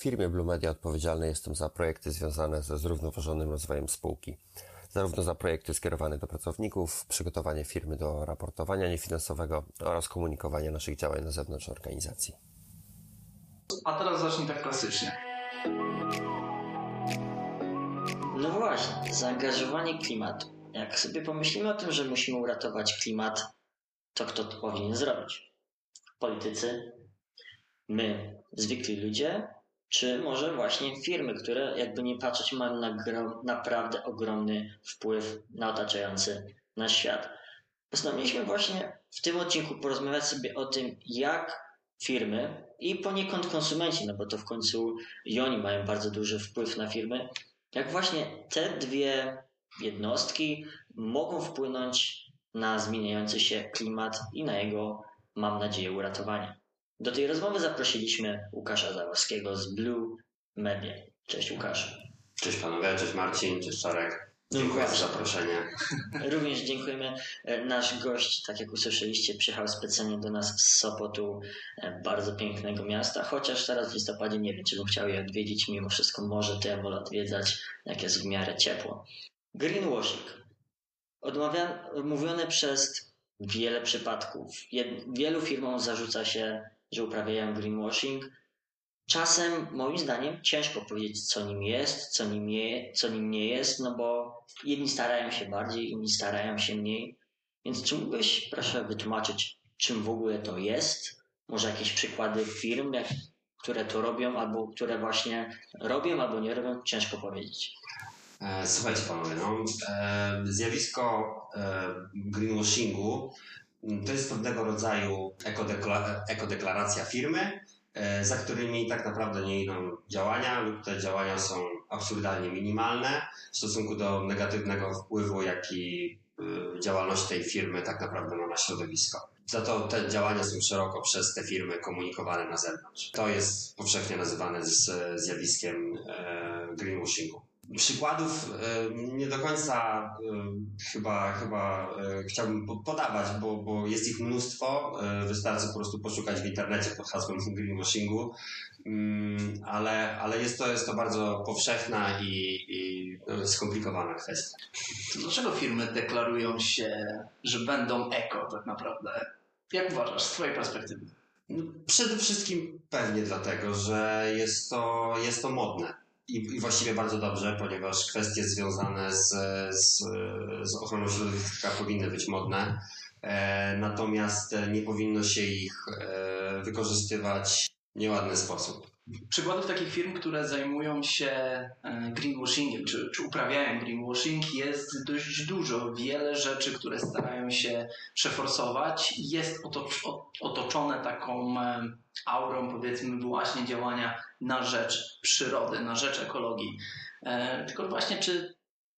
firmie Blue Media odpowiedzialny jestem za projekty związane ze zrównoważonym rozwojem spółki. Zarówno za projekty skierowane do pracowników, przygotowanie firmy do raportowania niefinansowego oraz komunikowanie naszych działań na zewnątrz organizacji. A teraz zacznij tak klasycznie. No właśnie, zaangażowanie klimatu. Jak sobie pomyślimy o tym, że musimy uratować klimat, to kto to powinien zrobić? Politycy? My, zwykli ludzie? Czy może właśnie firmy, które jakby nie patrzeć mają naprawdę ogromny wpływ na otaczający nasz świat? Postanowiliśmy właśnie w tym odcinku porozmawiać sobie o tym, jak firmy i poniekąd konsumenci, no bo to w końcu i oni mają bardzo duży wpływ na firmy, jak właśnie te dwie jednostki mogą wpłynąć na zmieniający się klimat i na jego, mam nadzieję, uratowanie. Do tej rozmowy zaprosiliśmy Łukasza Zaworskiego z Blue Media. Cześć Łukasz. Cześć panowie, cześć Marcin, cześć Czarek. Dziękuję za zaproszenie. Również dziękujemy. Nasz gość, tak jak usłyszeliście, przyjechał specjalnie do nas z Sopotu, bardzo pięknego miasta, chociaż teraz w listopadzie nie wiem, czy bym chciał je odwiedzić, mimo wszystko może to ja wolę odwiedzać, jak jest w miarę ciepło. Greenwashing. Mówione przez wiele przypadków. Wielu firmom zarzuca się, że uprawiają greenwashing. Czasem, moim zdaniem, ciężko powiedzieć, co nim jest, co nim nie jest, no bo jedni starają się bardziej, inni starają się mniej. Więc czy mógłbyś, proszę, wytłumaczyć, czym w ogóle to jest? Może jakieś przykłady firm, które to robią, albo które właśnie robią, albo nie robią? Ciężko powiedzieć. Słuchajcie panowie, zjawisko greenwashingu to jest pewnego rodzaju ekodeklaracja firmy, za którymi tak naprawdę nie idą działania lub te działania są absurdalnie minimalne w stosunku do negatywnego wpływu, jaki działalność tej firmy tak naprawdę ma na środowisko. Za to te działania są szeroko przez te firmy komunikowane na zewnątrz. To jest powszechnie nazywane zjawiskiem greenwashingu. Przykładów nie do końca chyba chciałbym podawać, bo jest ich mnóstwo. Wystarczy po prostu poszukać w internecie pod hasłem greenwashingu, ale jest to bardzo powszechna i skomplikowana kwestia. Dlaczego firmy deklarują się, że będą eko tak naprawdę? Jak uważasz z twojej perspektywy? Przede wszystkim pewnie dlatego, że jest to modne. I właściwie bardzo dobrze, ponieważ kwestie związane z ochroną środowiska powinny być modne, natomiast nie powinno się ich wykorzystywać w nieładny sposób. Przykładów takich firm, które zajmują się greenwashingiem, czy uprawiają greenwashing, jest dość dużo. Wiele rzeczy, które starają się przeforsować, jest otoczone taką aurą, powiedzmy, właśnie działania na rzecz przyrody, na rzecz ekologii. Tylko właśnie czy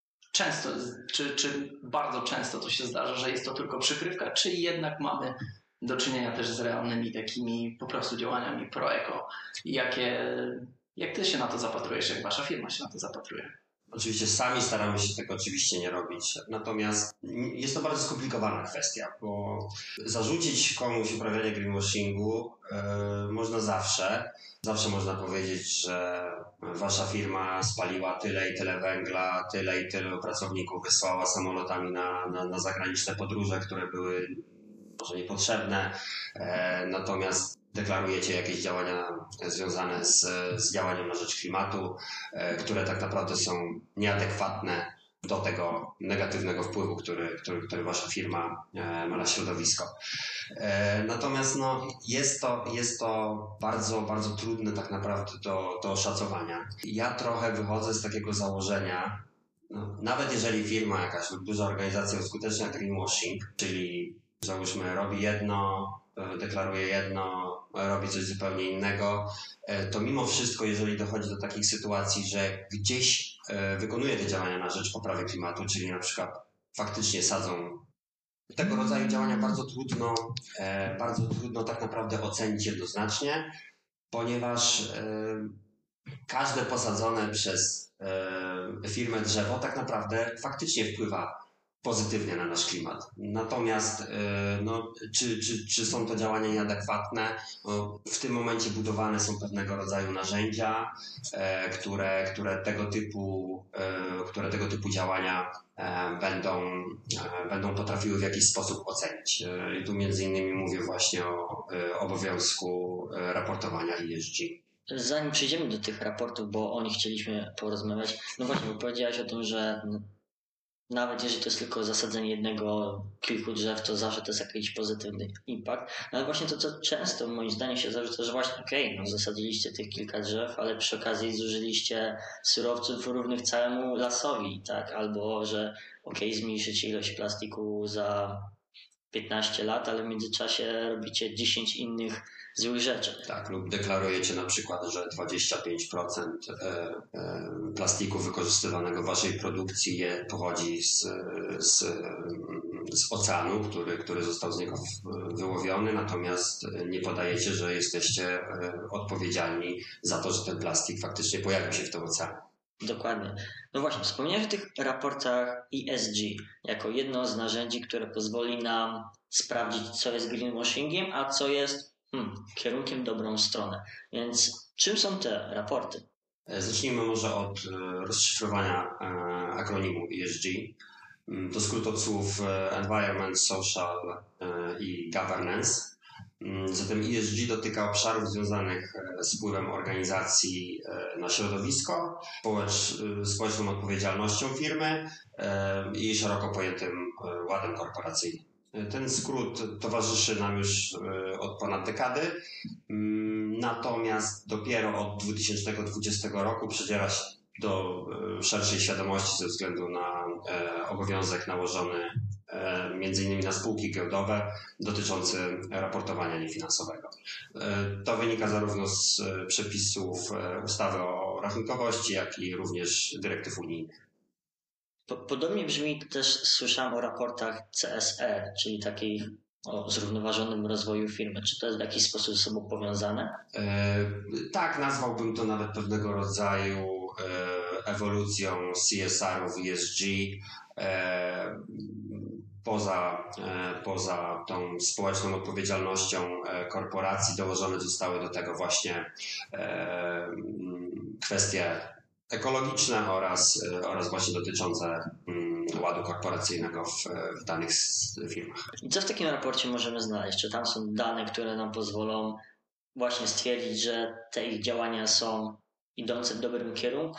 bardzo często to się zdarza, że jest to tylko przykrywka, czy jednak mamy do czynienia też z realnymi takimi po prostu działaniami pro-eko. Jak ty się na to zapatrujesz, jak wasza firma się na to zapatruje? Oczywiście sami staramy się tego oczywiście nie robić, natomiast jest to bardzo skomplikowana kwestia, bo zarzucić komuś uprawianie greenwashingu można zawsze. Zawsze można powiedzieć, że wasza firma spaliła tyle i tyle węgla, tyle i tyle pracowników wysłała samolotami na zagraniczne podróże, które były może niepotrzebne, natomiast deklarujecie jakieś działania związane z działaniem na rzecz klimatu, które tak naprawdę są nieadekwatne do tego negatywnego wpływu, który wasza firma ma na środowisko. Natomiast jest to bardzo, bardzo trudne tak naprawdę do oszacowania. Ja trochę wychodzę z takiego założenia, nawet jeżeli firma jakaś lub duża organizacja uskutecznia greenwashing, czyli załóżmy robi jedno, deklaruje jedno, robi coś zupełnie innego, to mimo wszystko, jeżeli dochodzi do takich sytuacji, że gdzieś wykonuje te działania na rzecz poprawy klimatu, czyli na przykład faktycznie sadzą tego rodzaju działania, bardzo trudno tak naprawdę ocenić jednoznacznie, ponieważ każde posadzone przez firmę drzewo tak naprawdę faktycznie wpływa pozytywnie na nasz klimat. Natomiast czy są to działania nieadekwatne? W tym momencie budowane są pewnego rodzaju narzędzia, które tego typu działania będą potrafiły w jakiś sposób ocenić. I tu między innymi mówię właśnie o obowiązku raportowania ESG. Zanim przejdziemy do tych raportów, bo o nich chcieliśmy porozmawiać, no właśnie, bo powiedziałeś o tym, że nawet jeżeli to jest tylko zasadzenie kilku drzew, to zawsze to jest jakiś pozytywny impact. No ale właśnie to, co często moim zdaniem się zarzuca, że właśnie zasadziliście tych kilka drzew, ale przy okazji zużyliście surowców równych całemu lasowi, tak? Albo, że zmniejszycie ilość plastiku za 15 lat, ale w międzyczasie robicie 10 innych złych rzeczy. Tak, lub deklarujecie na przykład, że 25% plastiku wykorzystywanego w waszej produkcji pochodzi z oceanu, który został z niego wyłowiony, natomiast nie podajecie, że jesteście odpowiedzialni za to, że ten plastik faktycznie pojawił się w tym oceanie. Dokładnie. No właśnie, wspomniałeś o tych raportach ESG jako jedno z narzędzi, które pozwoli nam sprawdzić, co jest greenwashingiem, a co jest kierunkiem w dobrą stronę. Więc czym są te raporty? Zacznijmy może od rozszyfrowania akronimu ESG. To skrót od słów Environment, Social i Governance. Zatem ESG dotyka obszarów związanych z wpływem organizacji na środowisko, społeczną odpowiedzialnością firmy i szeroko pojętym ładem korporacyjnym. Ten skrót towarzyszy nam już od ponad dekady, natomiast dopiero od 2020 roku przedziera się do szerszej świadomości ze względu na obowiązek nałożony między innymi na spółki giełdowe dotyczący raportowania niefinansowego. To wynika zarówno z przepisów ustawy o rachunkowości, jak i również dyrektyw unijnych. Podobnie brzmi, też słyszałem o raportach CSR, czyli takich o zrównoważonym rozwoju firmy. Czy to jest w jakiś sposób ze sobą powiązane? Tak, nazwałbym to nawet pewnego rodzaju ewolucją CSR-ów ESG. Poza tą społeczną odpowiedzialnością korporacji dołożone zostały do tego właśnie kwestie ekologiczne oraz właśnie dotyczące ładu korporacyjnego w danych firmach. I co w takim raporcie możemy znaleźć? Czy tam są dane, które nam pozwolą właśnie stwierdzić, że te ich działania są idące w dobrym kierunku,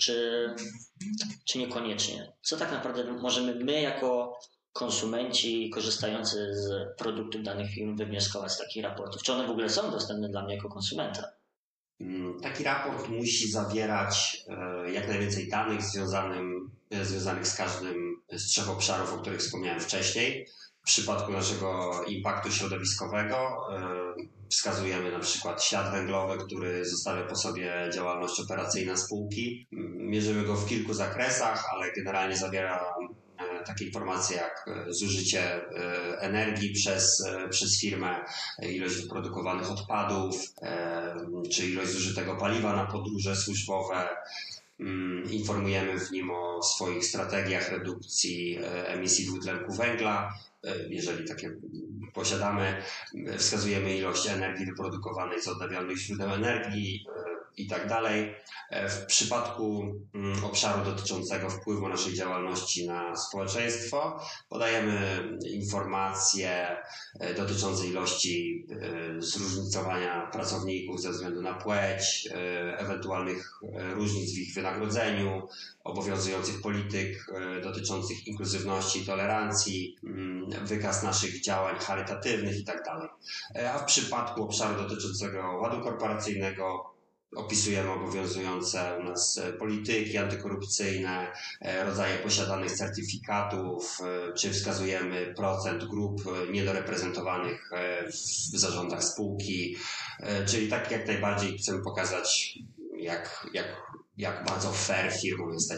czy niekoniecznie? Co tak naprawdę możemy my jako konsumenci korzystający z produktów danych firm wywnioskować z takich raportów? Czy one w ogóle są dostępne dla mnie jako konsumenta? Taki raport musi zawierać jak najwięcej danych związanych z każdym z 3 obszarów, o których wspomniałem wcześniej. W przypadku naszego impaktu środowiskowego wskazujemy na przykład ślad węglowy, który zostawia po sobie działalność operacyjna spółki. Mierzymy go w kilku zakresach, ale generalnie zawiera takie informacje jak zużycie energii przez firmę, ilość wyprodukowanych odpadów, czy ilość zużytego paliwa na podróże służbowe. Informujemy w nim o swoich strategiach redukcji emisji dwutlenku węgla. Jeżeli takie posiadamy, wskazujemy ilość energii wyprodukowanej z odnawialnych źródeł energii i tak dalej. W przypadku obszaru dotyczącego wpływu naszej działalności na społeczeństwo podajemy informacje dotyczące ilości zróżnicowania pracowników ze względu na płeć, ewentualnych różnic w ich wynagrodzeniu, obowiązujących polityk dotyczących inkluzywności i tolerancji, wykaz naszych działań charytatywnych i tak dalej. A w przypadku obszaru dotyczącego ładu korporacyjnego opisujemy obowiązujące u nas polityki antykorupcyjne, rodzaje posiadanych certyfikatów, czy wskazujemy procent grup niedoreprezentowanych w zarządach spółki, czyli tak jak najbardziej chcemy pokazać, jak bardzo fair firmą jesteśmy.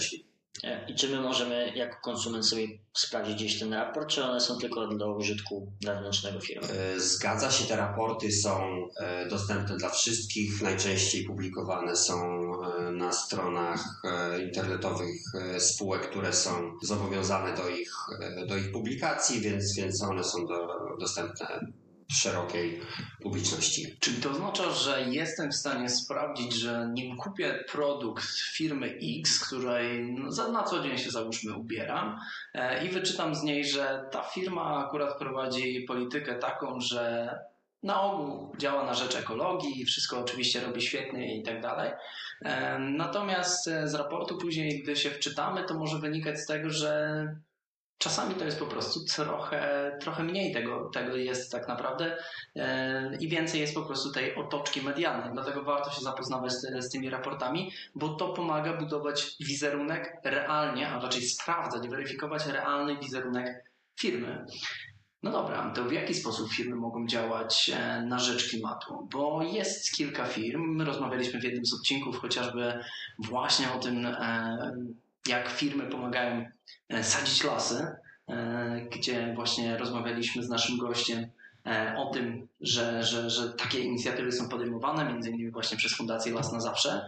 I czy my możemy jako konsument sobie sprawdzić gdzieś ten raport, czy one są tylko do użytku wewnętrznego firmy? Zgadza się, te raporty są dostępne dla wszystkich. Najczęściej publikowane są na stronach internetowych spółek, które są zobowiązane do ich publikacji, więc one są dostępne szerokiej publiczności. Czyli to oznacza, że jestem w stanie sprawdzić, że nim kupię produkt firmy X, której na co dzień się załóżmy ubieram i wyczytam z niej, że ta firma akurat prowadzi politykę taką, że na ogół działa na rzecz ekologii, wszystko oczywiście robi świetnie i tak dalej. Natomiast z raportu później, gdy się wczytamy, to może wynikać z tego, że czasami to jest po prostu trochę mniej tego jest tak naprawdę i więcej jest po prostu tej otoczki medialnej. Dlatego warto się zapoznawać z tymi raportami, bo to pomaga budować wizerunek realnie, a raczej sprawdzać, weryfikować realny wizerunek firmy. No dobra, to w jaki sposób firmy mogą działać na rzecz klimatu? Bo jest kilka firm, my rozmawialiśmy w jednym z odcinków chociażby właśnie o tym, jak firmy pomagają sadzić lasy, gdzie właśnie rozmawialiśmy z naszym gościem o tym, że takie inicjatywy są podejmowane, między innymi właśnie przez Fundację Las na Zawsze,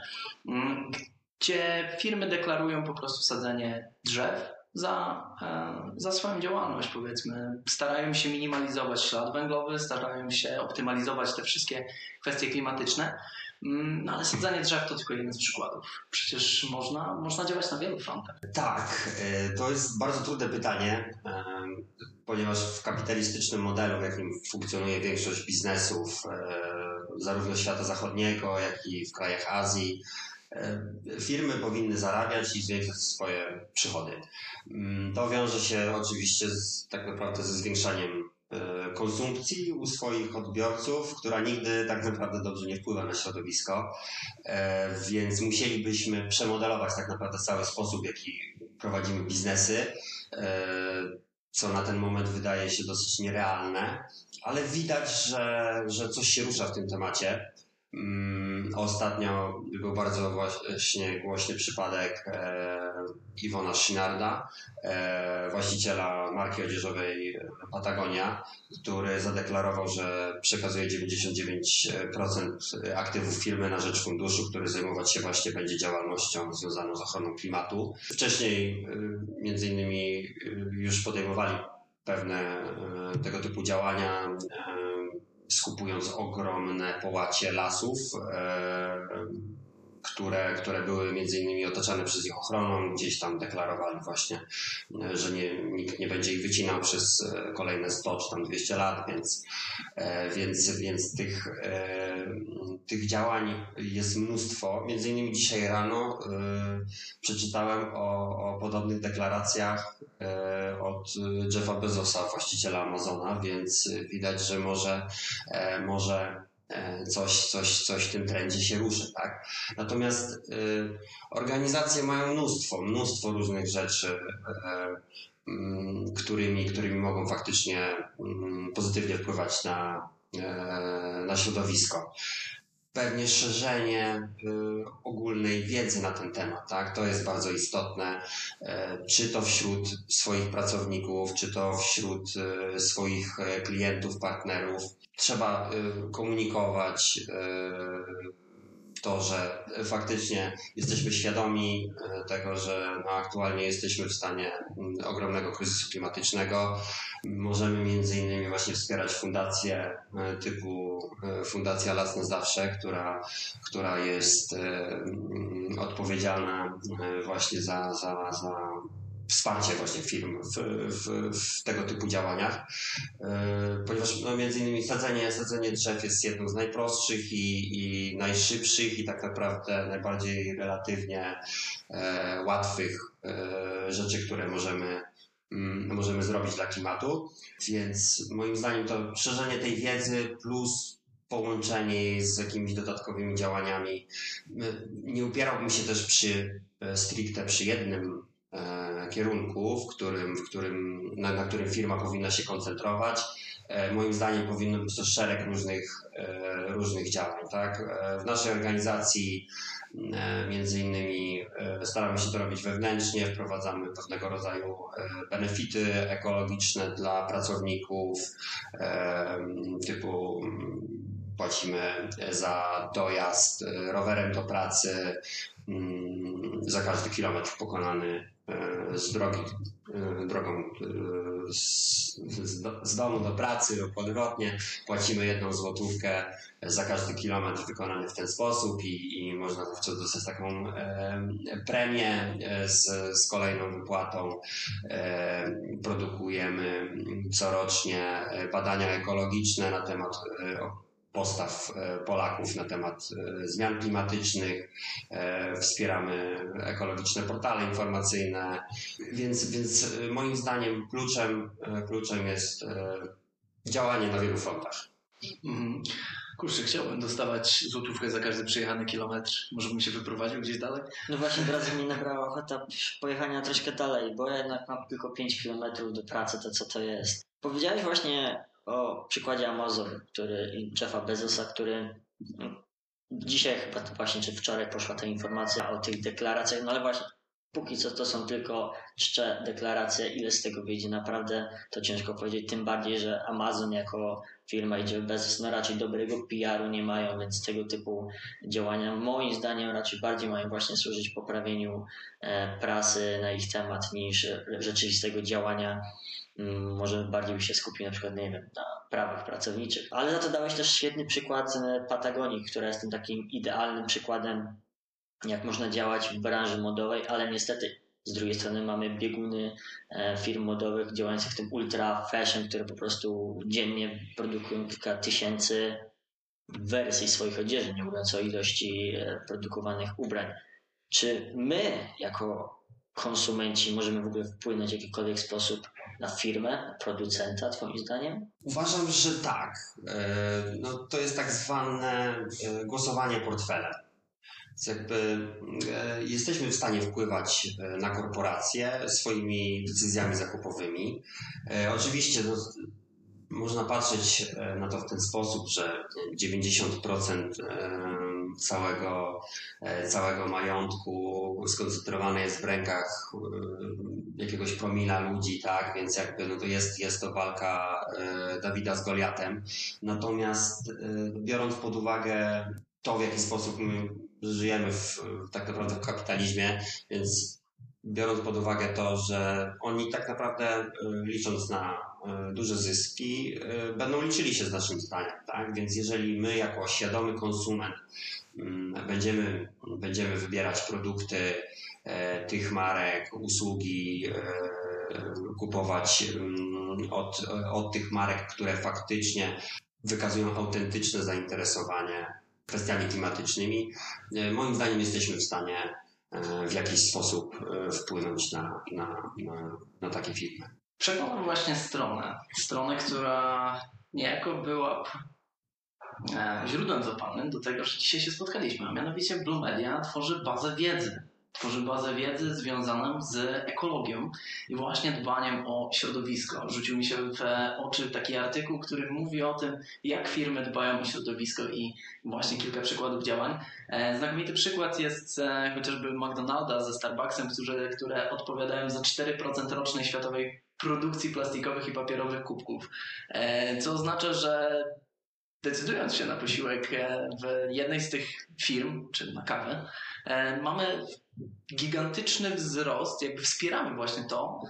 gdzie firmy deklarują po prostu sadzenie drzew za swoją działalność, powiedzmy. Starają się minimalizować ślad węglowy, starają się optymalizować te wszystkie kwestie klimatyczne. No ale sadzenie drzew to tylko jeden z przykładów. Przecież można działać na wielu frontach. Tak, to jest bardzo trudne pytanie, ponieważ w kapitalistycznym modelu, w jakim funkcjonuje większość biznesów, zarówno świata zachodniego, jak i w krajach Azji, firmy powinny zarabiać i zwiększać swoje przychody. To wiąże się oczywiście tak naprawdę ze zwiększaniem konsumpcji u swoich odbiorców, która nigdy tak naprawdę dobrze nie wpływa na środowisko, więc musielibyśmy przemodelować tak naprawdę cały sposób, w jaki prowadzimy biznesy, co na ten moment wydaje się dosyć nierealne, ale widać, że coś się rusza w tym temacie. Ostatnio był bardzo właśnie głośny przypadek Iwona Szynarda, właściciela marki odzieżowej Patagonia, który zadeklarował, że przekazuje 99% aktywów firmy na rzecz funduszu, który zajmować się właśnie będzie działalnością związaną z ochroną klimatu. Wcześniej między innymi już podejmowali pewne tego typu działania, skupując ogromne połacie lasów, które były między innymi otaczane przez ich ochroną. Gdzieś tam deklarowali właśnie, że nikt nie będzie ich wycinał przez kolejne 100 czy tam 200 lat, więc tych działań jest mnóstwo. Między innymi dzisiaj rano przeczytałem o podobnych deklaracjach od Jeffa Bezosa, właściciela Amazona, więc widać, że może coś w tym trendzie się ruszy, tak? Natomiast organizacje mają mnóstwo różnych rzeczy, którymi mogą faktycznie pozytywnie wpływać na środowisko. Pewnie szerzenie ogólnej wiedzy na ten temat, tak? To jest bardzo istotne, czy to wśród swoich pracowników, czy to wśród swoich klientów, partnerów. Trzeba komunikować to, że faktycznie jesteśmy świadomi tego, że aktualnie jesteśmy w stanie ogromnego kryzysu klimatycznego. Możemy między innymi właśnie wspierać fundacje typu Fundacja Las na Zawsze, która jest odpowiedzialna właśnie za wsparcie właśnie firm w tego typu działaniach, ponieważ między innymi sadzenie drzew jest jedną z najprostszych i najszybszych i tak naprawdę najbardziej relatywnie łatwych rzeczy, które możemy zrobić dla klimatu, więc moim zdaniem to szerzenie tej wiedzy plus połączenie jej z jakimiś dodatkowymi działaniami. Nie upierałbym się też stricte przy jednym kierunku, na którym firma powinna się koncentrować. Moim zdaniem powinno być to szereg różnych działań. Tak? W naszej organizacji między innymi staramy się to robić wewnętrznie, wprowadzamy pewnego rodzaju benefity ekologiczne dla pracowników, typu płacimy za dojazd rowerem do pracy, za każdy kilometr pokonany z drogą z domu do pracy lub odwrotnie. Płacimy 1 złotówkę za każdy kilometr wykonany w ten sposób i można wówczas dostać taką premię z kolejną wypłatą. Produkujemy corocznie badania ekologiczne na temat postaw Polaków na temat zmian klimatycznych, wspieramy ekologiczne portale informacyjne, więc moim zdaniem kluczem jest działanie na wielu frontach. Kurczę, chciałbym dostawać złotówkę za każdy przejechany kilometr. Może bym się wyprowadził gdzieś dalej? No właśnie teraz mi nabrała ochota pojechania troszkę dalej, bo ja jednak mam tylko 5 km do pracy, to co to jest? Powiedziałeś właśnie o przykładzie Amazonu, i Jeffa Bezosa, który dzisiaj chyba właśnie, czy wczoraj poszła ta informacja o tych deklaracjach, no ale właśnie póki co to są tylko czcze deklaracje, ile z tego wyjdzie naprawdę, to ciężko powiedzieć, tym bardziej, że Amazon jako firma i Jeff Bezos no raczej dobrego PR-u nie mają, więc tego typu działania moim zdaniem raczej bardziej mają właśnie służyć poprawieniu prasy na ich temat niż rzeczywistego działania. Może bardziej by się skupił na przykład, nie wiem, na prawach pracowniczych. Ale za to dałeś też świetny przykład Patagonii, która jest tym takim idealnym przykładem, jak można działać w branży modowej, ale niestety z drugiej strony mamy bieguny firm modowych działających w tym ultra fashion, które po prostu dziennie produkują kilka tysięcy wersji swoich odzieży, nie mówiąc o ilości produkowanych ubrań. Czy my jako konsumenci możemy w ogóle wpłynąć w jakikolwiek sposób na firmę, producenta, twoim zdaniem? Uważam, że tak. No, to jest tak zwane głosowanie portfelem. Jesteśmy w stanie wpływać na korporacje swoimi decyzjami zakupowymi. Oczywiście można patrzeć na to w ten sposób, że 90% całego majątku skoncentrowane jest w rękach jakiegoś promila ludzi, tak? Więc no to jest to walka Dawida z Goliatem. Natomiast biorąc pod uwagę to, w jaki sposób my żyjemy tak naprawdę w kapitalizmie, więc biorąc pod uwagę to, że oni tak naprawdę licząc na duże zyski będą liczyli się z naszym zdaniem, tak? Więc jeżeli my jako świadomy konsument będziemy wybierać produkty tych marek, usługi, kupować od tych marek, które faktycznie wykazują autentyczne zainteresowanie kwestiami klimatycznymi, moim zdaniem jesteśmy w stanie w jakiś sposób wpłynąć na takie firmy. Przeglądam właśnie stronę, która niejako była źródłem zapalnym do tego, że dzisiaj się spotkaliśmy, a mianowicie Blue Media tworzy bazę wiedzy związaną z ekologią i właśnie dbaniem o środowisko. Rzucił mi się w oczy taki artykuł, który mówi o tym, jak firmy dbają o środowisko i właśnie kilka przykładów działań. Znakomity przykład jest chociażby McDonalda ze Starbucksem, które odpowiadają za 4% rocznej światowej produkcji plastikowych i papierowych kubków. Co oznacza, że decydując się na posiłek w jednej z tych firm, czy na kawę, mamy gigantyczny wzrost, jakby wspieramy właśnie to,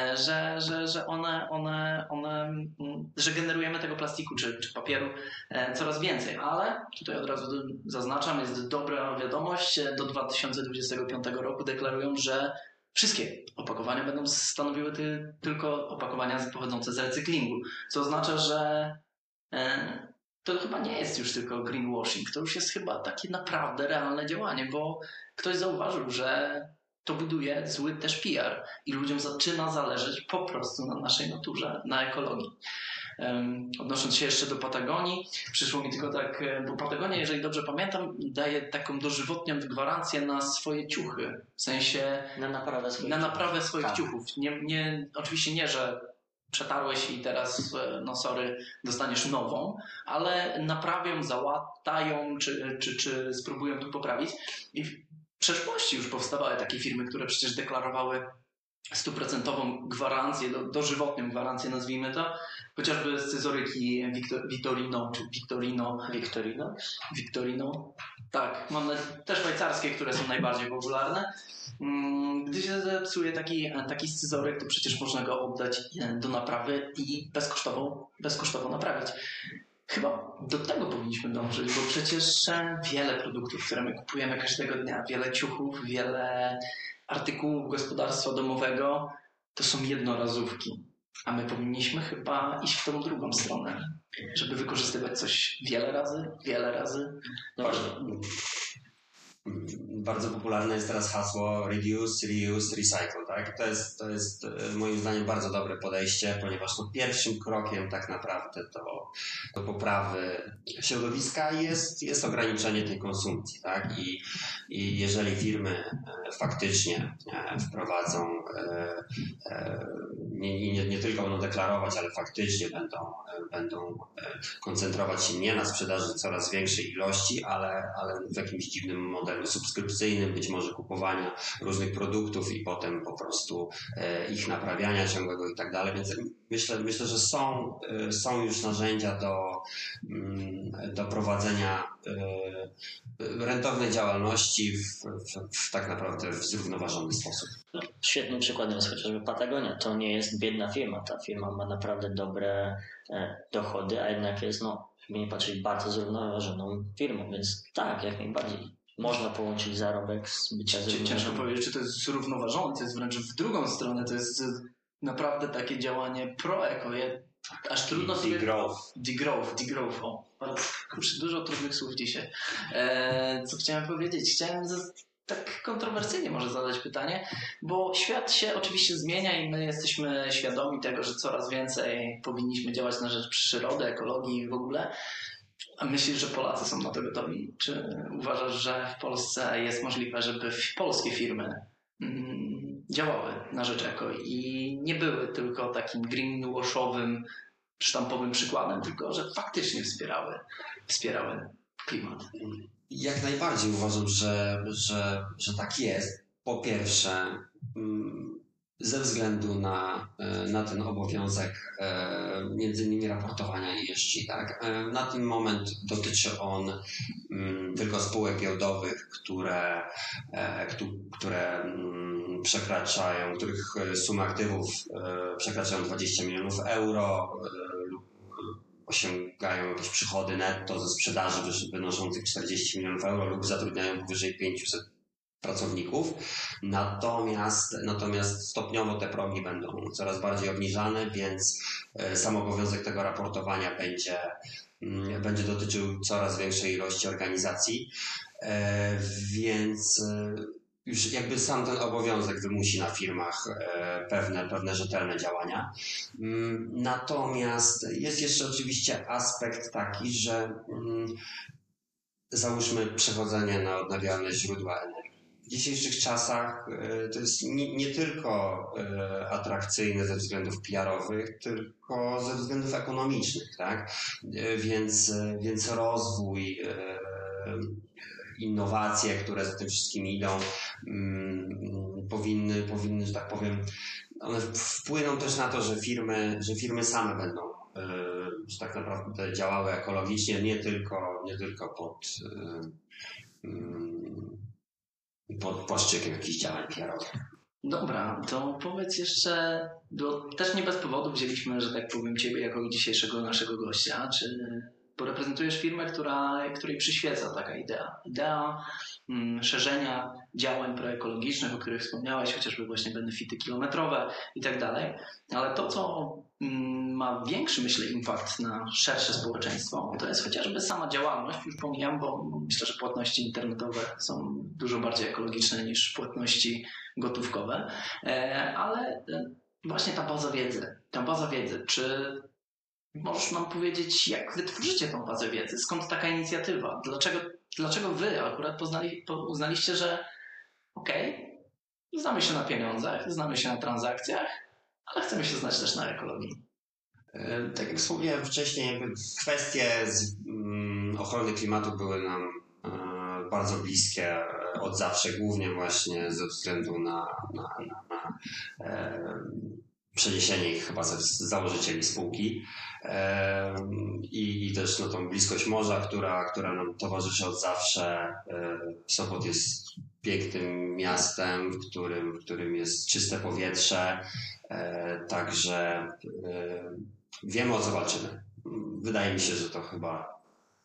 że generujemy tego plastiku czy papieru coraz więcej, ale tutaj od razu zaznaczam, jest dobra wiadomość, do 2025 roku deklarują, że wszystkie opakowania będą stanowiły tylko opakowania pochodzące z recyklingu, co oznacza, że to chyba nie jest już tylko greenwashing, to już jest chyba takie naprawdę realne działanie, bo ktoś zauważył, że to buduje zły też PR i ludziom zaczyna zależeć po prostu na naszej naturze, na ekologii. Odnosząc się jeszcze do Patagonii, przyszło mi tylko tak, bo Patagonia, jeżeli dobrze pamiętam, daje taką dożywotnią gwarancję na swoje ciuchy. W sensie Na naprawę swoich tak. ciuchów. Oczywiście nie, że przetarłeś i teraz, no sorry, dostaniesz nową, ale naprawią, załatają, czy spróbują to poprawić. I w przeszłości już powstawały takie firmy, które przecież deklarowały 100% gwarancję, dożywotnią gwarancję, nazwijmy to. Chociażby scyzoryki Vittorino, czy Victorino. Tak, mamy te szwajcarskie, które są najbardziej popularne. Gdy się zepsuje taki scyzoryk, to przecież można go oddać do naprawy i bezkosztowo naprawić. Chyba do tego powinniśmy dążyć, bo przecież wiele produktów, które my kupujemy każdego dnia, wiele ciuchów, wiele artykułów gospodarstwa domowego, to są jednorazówki. A my powinniśmy chyba iść w tą drugą stronę, żeby wykorzystywać coś wiele razy. No właśnie. Bardzo popularne jest teraz hasło reduce, reuse, recycle, tak? To jest moim zdaniem bardzo dobre podejście, ponieważ no pierwszym krokiem tak naprawdę do poprawy środowiska jest ograniczenie tej konsumpcji, tak? I jeżeli firmy faktycznie wprowadzą nie tylko będą deklarować, ale faktycznie będą koncentrować się nie na sprzedaży coraz większej ilości, ale w jakimś dziwnym modelu subskrypcyjnym, być może kupowania różnych produktów i potem po prostu ich naprawiania ciągłego i tak dalej. Więc myślę, że są już narzędzia do prowadzenia rentownej działalności w tak naprawdę w zrównoważony sposób. Świetnym przykładem jest chociażby Patagonia. To nie jest biedna firma. Ta firma ma naprawdę dobre dochody, a jednak jest, jakby nie patrzeć, bardzo zrównoważoną firmą, więc tak, jak najbardziej. Można połączyć zarobek z bycia zrównoważonym. Ciężko powiedzieć, czy to jest zrównoważone, to jest wręcz w drugą stronę, to jest naprawdę takie działanie pro-eko. Aż trudno sobie... Degrowth. O, kurczę, dużo trudnych słów dzisiaj. Co chciałem powiedzieć? Chciałem tak kontrowersyjnie może zadać pytanie, bo świat się oczywiście zmienia i my jesteśmy świadomi tego, że coraz więcej powinniśmy działać na rzecz przyrody, ekologii i w ogóle. A myślisz, że Polacy są na to gotowi? Czy uważasz, że w Polsce jest możliwe, żeby polskie firmy działały na rzecz eko i nie były tylko takim greenwashowym, sztampowym przykładem, tylko że faktycznie wspierały klimat? Jak najbardziej uważam, że tak jest. Po pierwsze, ze względu na ten obowiązek między innymi raportowania ESG, tak? Na ten moment dotyczy on tylko spółek giełdowych, których sumy aktywów przekraczają 20 milionów euro lub osiągają jakieś przychody netto ze sprzedaży wynoszących 40 milionów euro lub zatrudniają powyżej 500 pracowników. Natomiast stopniowo te progi będą coraz bardziej obniżane, więc sam obowiązek tego raportowania będzie dotyczył coraz większej ilości organizacji, więc już jakby sam ten obowiązek wymusi na firmach pewne rzetelne działania. Natomiast jest jeszcze oczywiście aspekt taki, że załóżmy przechodzenie na odnawialne źródła energii. W dzisiejszych czasach to jest nie tylko atrakcyjne ze względów PR-owych, tylko ze względów ekonomicznych, tak? Więc rozwój, innowacje, które za tym wszystkim idą, powinny, że tak powiem, one wpłyną też na to, że firmy same będą że tak naprawdę działały ekologicznie, nie tylko pod płaszczykiem jakichś działań PR-owych. Dobra, to powiedz jeszcze, bo też nie bez powodu wzięliśmy, że tak powiem, Ciebie jako dzisiejszego naszego gościa, bo reprezentujesz firmę, której przyświeca taka idea szerzenia działań proekologicznych, o których wspomniałeś, chociażby właśnie benefity kilometrowe i tak dalej, ale to, co ma większy, myślę, impact na szersze społeczeństwo, to jest chociażby sama działalność, już pomijam, bo myślę, że płatności internetowe są dużo bardziej ekologiczne niż płatności gotówkowe, ale właśnie ta baza wiedzy, czy możesz nam powiedzieć, jak wy tworzycie tą bazę wiedzy? Skąd taka inicjatywa? Dlaczego wy akurat uznaliście, że okej, znamy się na pieniądzach, znamy się na transakcjach, ale chcemy się znać też na ekologii? Tak jak wspomniałem wcześniej, jakby kwestie ochrony klimatu były nam bardzo bliskie od zawsze, głównie właśnie ze względu na przeniesienie ich chyba z założycieli spółki i też tą bliskość morza, która nam towarzyszy od zawsze. Sopot jest pięknym miastem, w którym jest czyste powietrze, także wiemy, o co walczymy. Wydaje mi się, że to chyba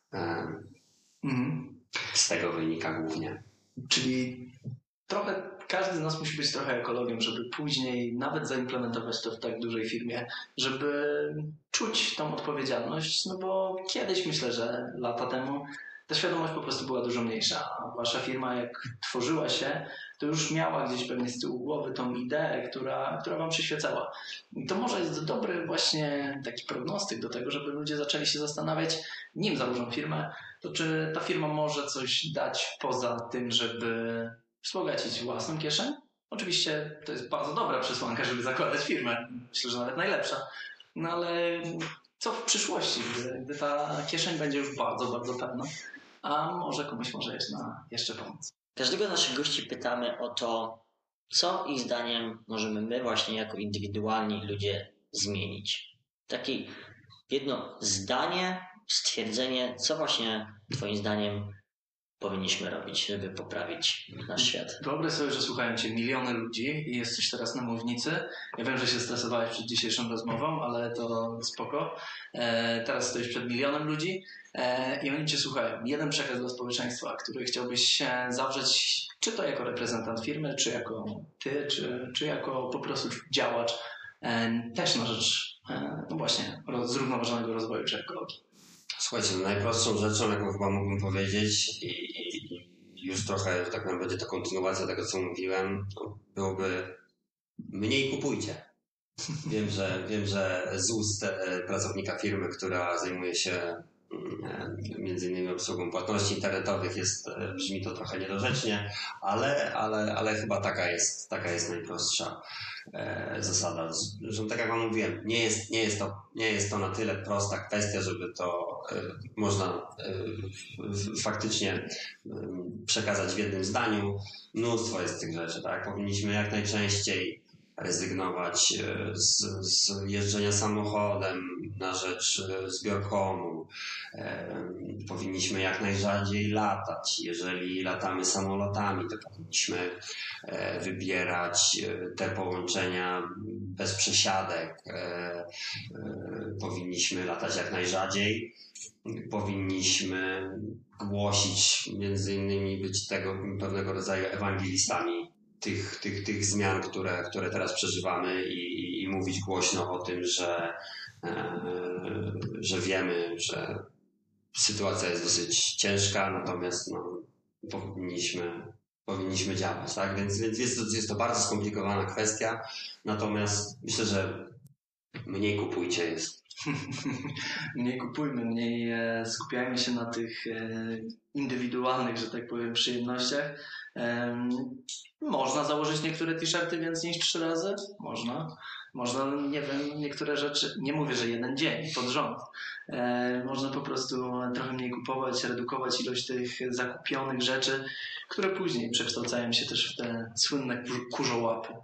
z tego wynika głównie. Czyli każdy z nas musi być trochę ekologiem, żeby później nawet zaimplementować to w tak dużej firmie, żeby czuć tą odpowiedzialność, no bo kiedyś, myślę, że lata temu, ta świadomość po prostu była dużo mniejsza, a wasza firma jak tworzyła się, to już miała gdzieś pewnie z tyłu głowy tą ideę, która wam przyświecała. I to może jest dobry właśnie taki prognostyk do tego, żeby ludzie zaczęli się zastanawiać, nim założą firmę, to czy ta firma może coś dać poza tym, żeby wzbogacić własną kieszeń. Oczywiście to jest bardzo dobra przesłanka, żeby zakładać firmę. Myślę, że nawet najlepsza. No ale co w przyszłości, gdy ta kieszeń będzie już bardzo, bardzo pewna, a może komuś może jeszcze pomóc. Każdego z naszych gości pytamy o to, co ich zdaniem możemy my właśnie jako indywidualni ludzie zmienić. Takie jedno zdanie, stwierdzenie, co właśnie twoim zdaniem powinniśmy robić, żeby poprawić nasz świat. Wyobraź sobie, że słuchają cię miliony ludzi i jesteś teraz na mównicy. Ja wiem, że się stresowałeś przed dzisiejszą rozmową, ale to spoko. Teraz stoisz przed milionem ludzi i oni cię słuchają. Jeden przekaz dla społeczeństwa, który chciałbyś zawrzeć, czy to jako reprezentant firmy, czy jako ty, czy jako po prostu działacz też na rzecz no właśnie zrównoważonego rozwoju czy ekologii. Słuchajcie, najprostszą rzeczą, jaką chyba mógłbym powiedzieć i już trochę, że tak naprawdę będzie to kontynuacja tego, co mówiłem, to byłoby mniej kupujcie. Wiem, że z ust pracownika firmy, która zajmuje się między innymi obsługą płatności internetowych, brzmi to trochę niedorzecznie, ale chyba taka jest najprostsza zasada. Zresztą tak jak wam mówiłem, nie jest to na tyle prosta kwestia, żeby to można faktycznie przekazać w jednym zdaniu. Mnóstwo jest tych rzeczy, tak? Powinniśmy jak najczęściej rezygnować z jeżdżenia samochodem na rzecz zbiorkomu. Powinniśmy jak najrzadziej latać. Jeżeli latamy samolotami, to powinniśmy wybierać te połączenia bez przesiadek. Powinniśmy latać jak najrzadziej. Powinniśmy głosić, między innymi być tego pewnego rodzaju ewangelistami tych zmian, które teraz przeżywamy i mówić głośno o tym, że wiemy, że sytuacja jest dosyć ciężka, natomiast powinniśmy działać, tak? Więc jest to bardzo skomplikowana kwestia, natomiast myślę, że mniej kupujcie jest. Mniej kupujmy, mniej skupiajmy się na tych indywidualnych, że tak powiem, przyjemnościach. Można założyć niektóre t-shirty więcej niż 3 razy? Można, nie wiem, niektóre rzeczy, nie mówię, że jeden dzień pod rząd. Można po prostu trochę mniej kupować, redukować ilość tych zakupionych rzeczy, które później przekształcają się też w te słynne kurzołapy.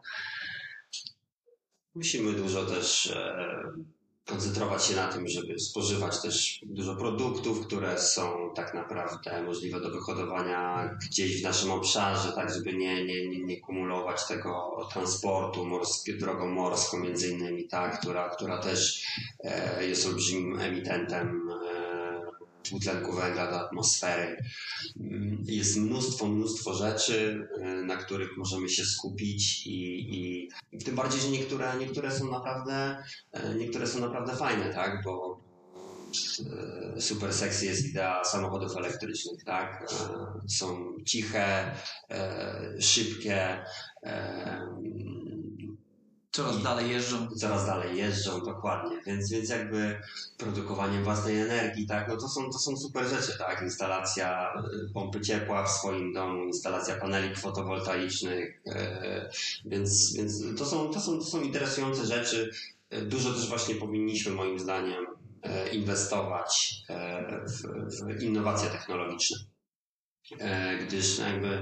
Musimy dużo też koncentrować się na tym, żeby spożywać też dużo produktów, które są tak naprawdę możliwe do wyhodowania gdzieś w naszym obszarze, tak żeby nie kumulować tego transportu drogą morską między innymi, tak, która też jest olbrzymim emitentem dwutlenku węgla do atmosfery. Jest mnóstwo rzeczy, na których możemy się skupić i tym bardziej, że niektóre są naprawdę fajne, tak, bo super sexy jest idea samochodów elektrycznych, tak, są ciche, szybkie, Coraz dalej jeżdżą. Dokładnie. Więc jakby produkowanie własnej energii, tak, no to są super rzeczy, tak, instalacja pompy ciepła w swoim domu, instalacja paneli fotowoltaicznych, więc to są interesujące rzeczy. Dużo też właśnie powinniśmy moim zdaniem inwestować w innowacje technologiczne, gdyż jakby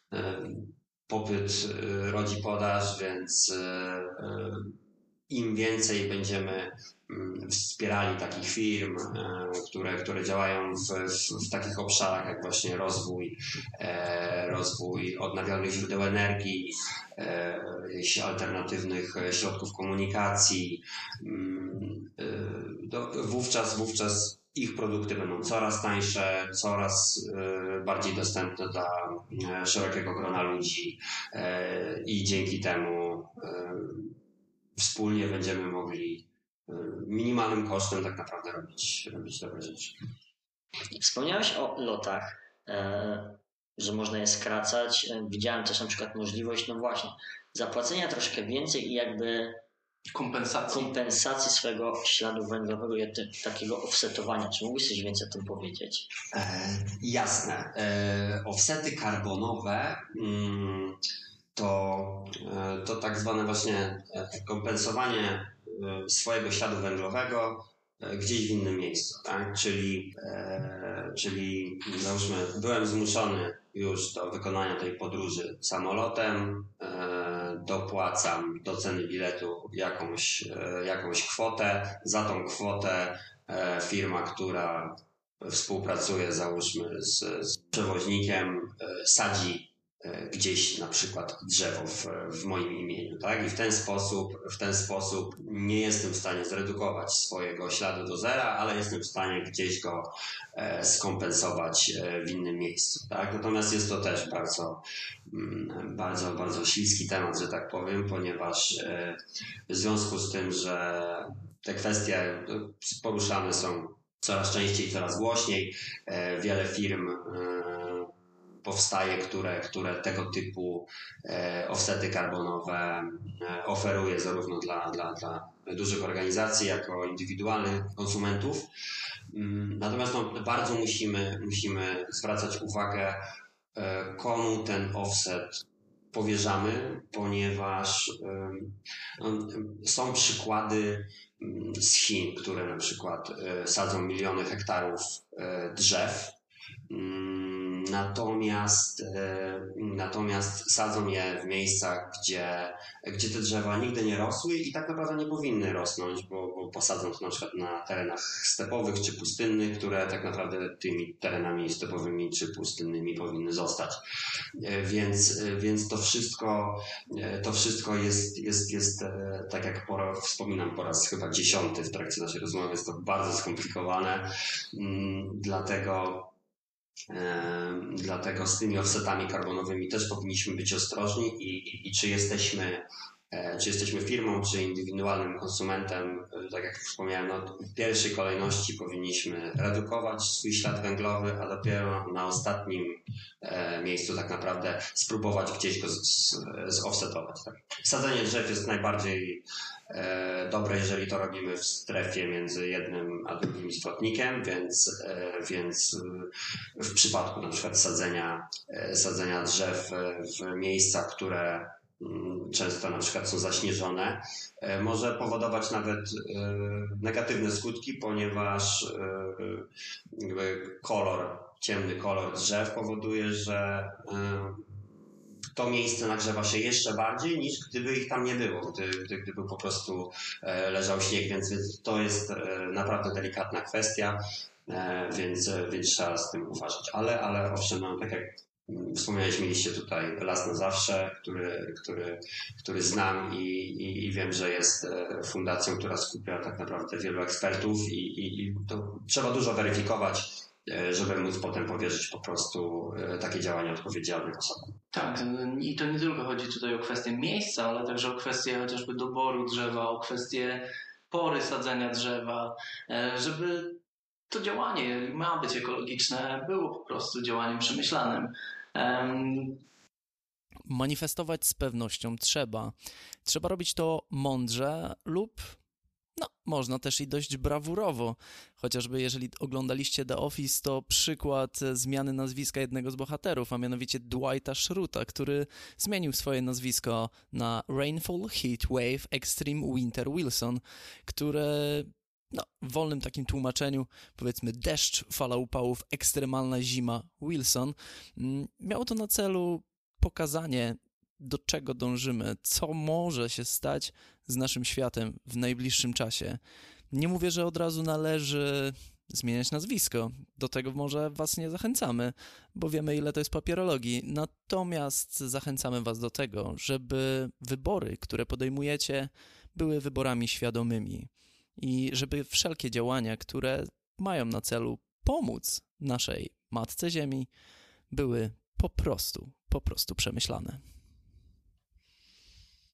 popyt rodzi podaż, więc im więcej będziemy wspierali takich firm, które działają w takich obszarach jak właśnie rozwój odnawialnych źródeł energii, alternatywnych środków komunikacji, wówczas ich produkty będą coraz tańsze, coraz bardziej dostępne dla szerokiego grona ludzi i dzięki temu wspólnie będziemy mogli minimalnym kosztem tak naprawdę robić dobre rzeczy. Wspomniałeś o lotach, że można je skracać. Widziałem też na przykład możliwość, no właśnie, zapłacenia troszkę więcej i jakby kompensacji swojego śladu węglowego i takiego offsetowania. Czy mógłbyś coś więcej o tym powiedzieć? Jasne. Offsety karbonowe to tak zwane właśnie kompensowanie swojego śladu węglowego gdzieś w innym miejscu, tak? Czyli załóżmy, byłem zmuszony już do wykonania tej podróży samolotem, dopłacam do ceny biletu jakąś kwotę, za tą kwotę firma, która współpracuje załóżmy z przewoźnikiem, sadzi gdzieś na przykład drzewo w moim imieniu, tak? I w ten sposób nie jestem w stanie zredukować swojego śladu do zera, ale jestem w stanie gdzieś go skompensować w innym miejscu, tak? Natomiast jest to też bardzo śliski temat, że tak powiem, ponieważ w związku z tym, że te kwestie poruszane są coraz częściej, coraz głośniej, wiele firm powstaje, które tego typu offsety karbonowe oferuje zarówno dla dużych organizacji, jako indywidualnych konsumentów. Natomiast bardzo musimy zwracać uwagę, komu ten offset powierzamy, ponieważ są przykłady z Chin, które na przykład sadzą miliony hektarów drzew, natomiast sadzą je w miejscach, gdzie te drzewa nigdy nie rosły i tak naprawdę nie powinny rosnąć, bo posadzą to na przykład na terenach stepowych czy pustynnych, które tak naprawdę tymi terenami stepowymi czy pustynnymi powinny zostać. Więc to wszystko jest tak jak wspominam po raz chyba 10 w trakcie naszej rozmowy, jest to bardzo skomplikowane, Dlatego z tymi offsetami karbonowymi też powinniśmy być ostrożni i czy jesteśmy firmą, czy indywidualnym konsumentem, tak jak wspomniałem, no, w pierwszej kolejności powinniśmy redukować swój ślad węglowy, a dopiero na ostatnim miejscu tak naprawdę spróbować gdzieś go zoffsetować. Tak? Sadzenie drzew jest najbardziej dobre, jeżeli to robimy w strefie między jednym a drugim zwrotnikiem, więc w przypadku na przykład sadzenia drzew w miejscach, które często na przykład są zaśnieżone, może powodować nawet negatywne skutki, ponieważ ciemny kolor drzew powoduje, że to miejsce nagrzewa się jeszcze bardziej niż gdyby ich tam nie było, gdyby po prostu leżał śnieg, więc to jest naprawdę delikatna kwestia, więc trzeba z tym uważać. Ale owszem, no, tak jak wspomniałeś, mieliście tutaj Las na Zawsze, który znam i wiem, że jest fundacją, która skupia tak naprawdę wielu ekspertów i to trzeba dużo weryfikować, żeby móc potem powierzyć po prostu takie działania odpowiedzialnym osobom. Tak, i to nie tylko chodzi tutaj o kwestię miejsca, ale także o kwestię chociażby doboru drzewa, o kwestię pory sadzenia drzewa, żeby to działanie ma być ekologiczne, było po prostu działaniem przemyślanym. Manifestować z pewnością trzeba. Trzeba robić to mądrze lub można też i dość brawurowo. Chociażby jeżeli oglądaliście The Office, to przykład zmiany nazwiska jednego z bohaterów, a mianowicie Dwighta Schruta, który zmienił swoje nazwisko na Rainfall, Heatwave, Extreme Winter Wilson, które w wolnym takim tłumaczeniu, powiedzmy deszcz, fala upałów, ekstremalna zima Wilson, miało to na celu pokazanie, do czego dążymy, co może się stać z naszym światem w najbliższym czasie. Nie mówię, że od razu należy zmieniać nazwisko. Do tego może was nie zachęcamy, bo wiemy, ile to jest papierologii. Natomiast zachęcamy was do tego, żeby wybory, które podejmujecie, były wyborami świadomymi i żeby wszelkie działania, które mają na celu pomóc naszej Matce Ziemi, były po prostu przemyślane.